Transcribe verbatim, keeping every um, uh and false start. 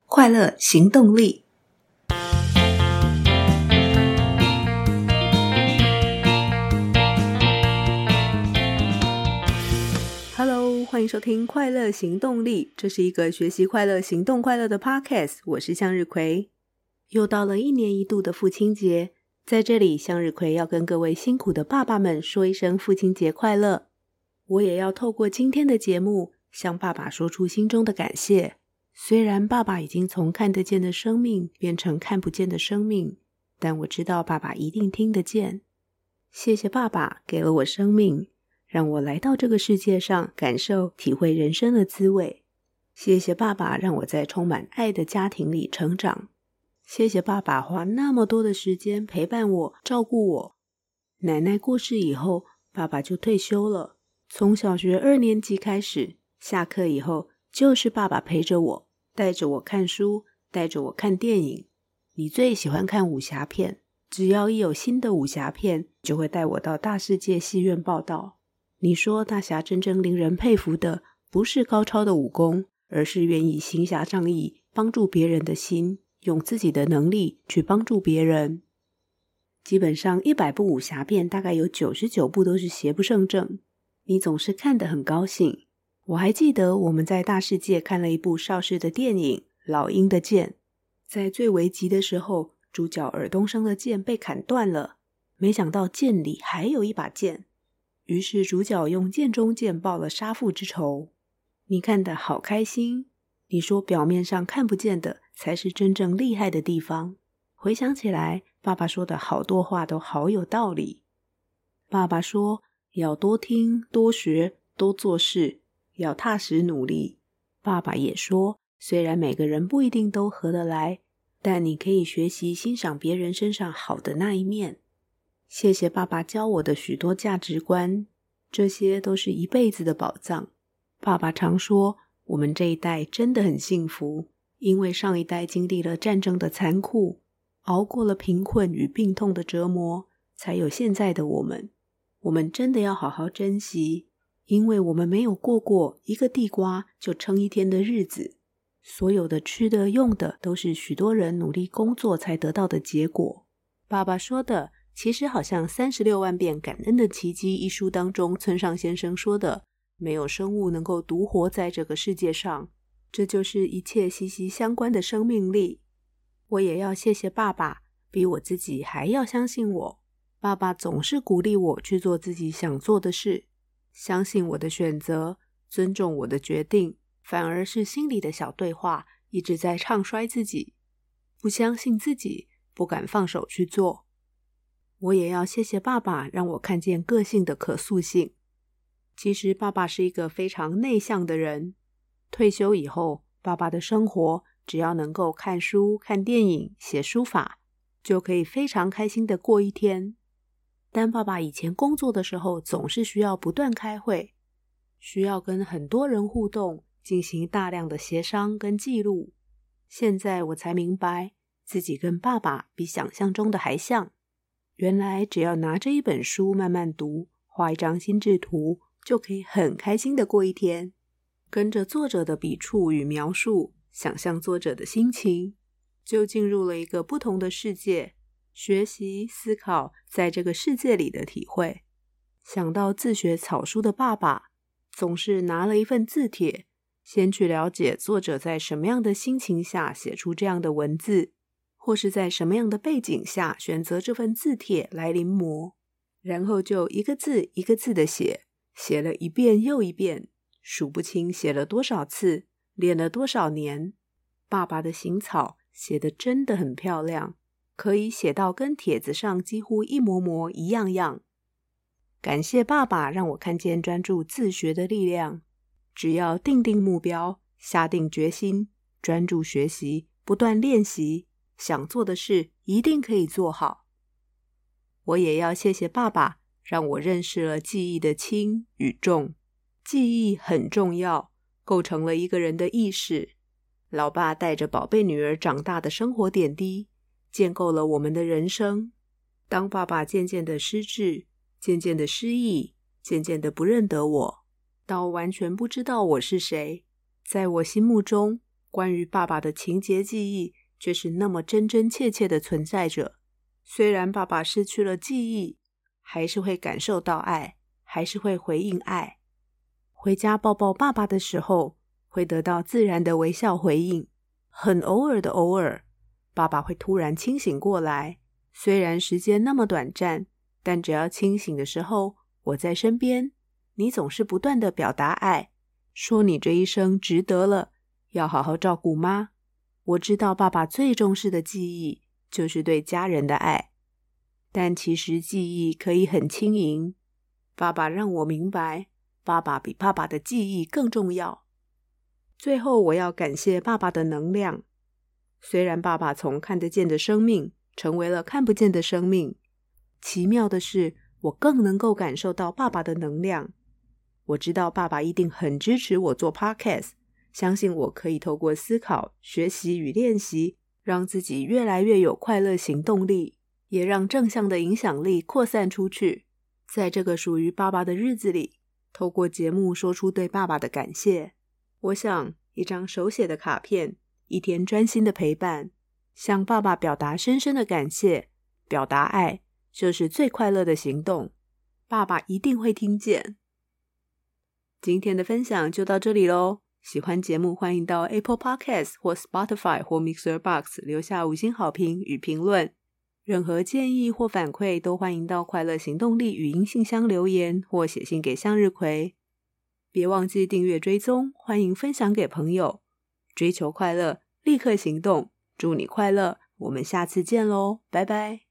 快乐行动力。Hello， 欢迎收听快乐行动力，这是一个学习快乐、行动快乐的 podcast， 我是向日葵。又到了一年一度的父亲节，在这里向日葵要跟各位辛苦的爸爸们说一声父亲节快乐。我也要透过今天的节目向爸爸说出心中的感谢。虽然爸爸已经从看得见的生命变成看不见的生命，但我知道爸爸一定听得见。谢谢爸爸给了我生命，让我来到这个世界上感受体会人生的滋味。谢谢爸爸让我在充满爱的家庭里成长。谢谢爸爸花那么多的时间陪伴我，照顾我。奶奶过世以后，爸爸就退休了。从小学二年级开始，下课以后就是爸爸陪着我，带着我看书，带着我看电影。你最喜欢看武侠片，只要一有新的武侠片，就会带我到大世界戏院报道。你说大侠真正令人佩服的，不是高超的武功，而是愿意行侠仗义，帮助别人的心，用自己的能力去帮助别人。基本上一百部武侠片，大概有九十九部都是邪不胜正，你总是看得很高兴。我还记得我们在大世界看了一部邵氏的电影《老鹰的剑》，在最危急的时候，主角尔冬升的剑被砍断了，没想到剑里还有一把剑，于是主角用剑中剑报了杀父之仇。你看得好开心，你说表面上看不见的才是真正厉害的地方。回想起来，爸爸说的好多话都好有道理。爸爸说要多听、多学、多做事，要踏实努力。爸爸也说，虽然每个人不一定都合得来，但你可以学习欣赏别人身上好的那一面。谢谢爸爸教我的许多价值观，这些都是一辈子的宝藏。爸爸常说，我们这一代真的很幸福，因为上一代经历了战争的残酷，熬过了贫困与病痛的折磨，才有现在的我们。我们真的要好好珍惜，因为我们没有过过一个地瓜就撑一天的日子。所有的吃的用的都是许多人努力工作才得到的结果。爸爸说的其实好像三十六万遍感恩的奇迹一书当中村上先生说的，没有生物能够独活在这个世界上，这就是一切息息相关的生命力。我也要谢谢爸爸，比我自己还要相信我。爸爸总是鼓励我去做自己想做的事，相信我的选择，尊重我的决定，反而是心里的小对话一直在唱衰自己，不相信自己，不敢放手去做。我也要谢谢爸爸，让我看见个性的可塑性。其实爸爸是一个非常内向的人，退休以后，爸爸的生活只要能够看书、看电影、写书法，就可以非常开心的过一天。但爸爸以前工作的时候，总是需要不断开会，需要跟很多人互动，进行大量的协商跟记录。现在我才明白，自己跟爸爸比想象中的还像。原来只要拿着一本书慢慢读，画一张心智图，就可以很开心的过一天。跟着作者的笔触与描述，想象作者的心情，就进入了一个不同的世界，学习思考在这个世界里的体会。想到自学草书的爸爸，总是拿了一份字帖，先去了解作者在什么样的心情下写出这样的文字，或是在什么样的背景下选择这份字帖来临摹，然后就一个字一个字的写，写了一遍又一遍，数不清写了多少次，练了多少年。爸爸的行草写得真的很漂亮，可以写到跟帖子上几乎一模模一样样。感谢爸爸让我看见专注自学的力量，只要定定目标，下定决心，专注学习，不断练习，想做的事一定可以做好。我也要谢谢爸爸，让我认识了记忆的轻与重。记忆很重要，构成了一个人的意识。老爸带着宝贝女儿长大的生活点滴，建构了我们的人生。当爸爸渐渐的失智，渐渐的失忆，渐渐的不认得我，到完全不知道我是谁，在我心目中， 关于爸爸的情节记忆却是那么真真切切的存在着。虽然爸爸失去了记忆，还是会感受到爱，还是会回应爱。回家抱抱爸爸的时候，会得到自然的微笑回应。很偶尔的偶尔，爸爸会突然清醒过来，虽然时间那么短暂，但只要清醒的时候，我在身边，你总是不断的表达爱，说你这一生值得了，要好好照顾妈。我知道爸爸最重视的记忆就是对家人的爱，但其实记忆可以很轻盈。爸爸让我明白，爸爸比爸爸的记忆更重要。最后我要感谢爸爸的能量，虽然爸爸从看得见的生命成为了看不见的生命，奇妙的是我更能够感受到爸爸的能量。我知道爸爸一定很支持我做 podcast， 相信我可以透过思考、学习与练习，让自己越来越有快乐行动力，也让正向的影响力扩散出去。在这个属于爸爸的日子里，透过节目说出对爸爸的感谢。我想一张手写的卡片，一天专心的陪伴，向爸爸表达深深的感谢，表达爱，就是最快乐的行动。爸爸一定会听见。今天的分享就到这里咯，喜欢节目欢迎到 Apple Podcast 或 Spotify 或 Mixer Box 留下五星好评与评论。任何建议或反馈都欢迎到快乐行动力语音信箱留言或写信给向日葵。别忘记订阅追踪，欢迎分享给朋友。追求快乐，立刻行动，祝你快乐，我们下次见咯，拜拜。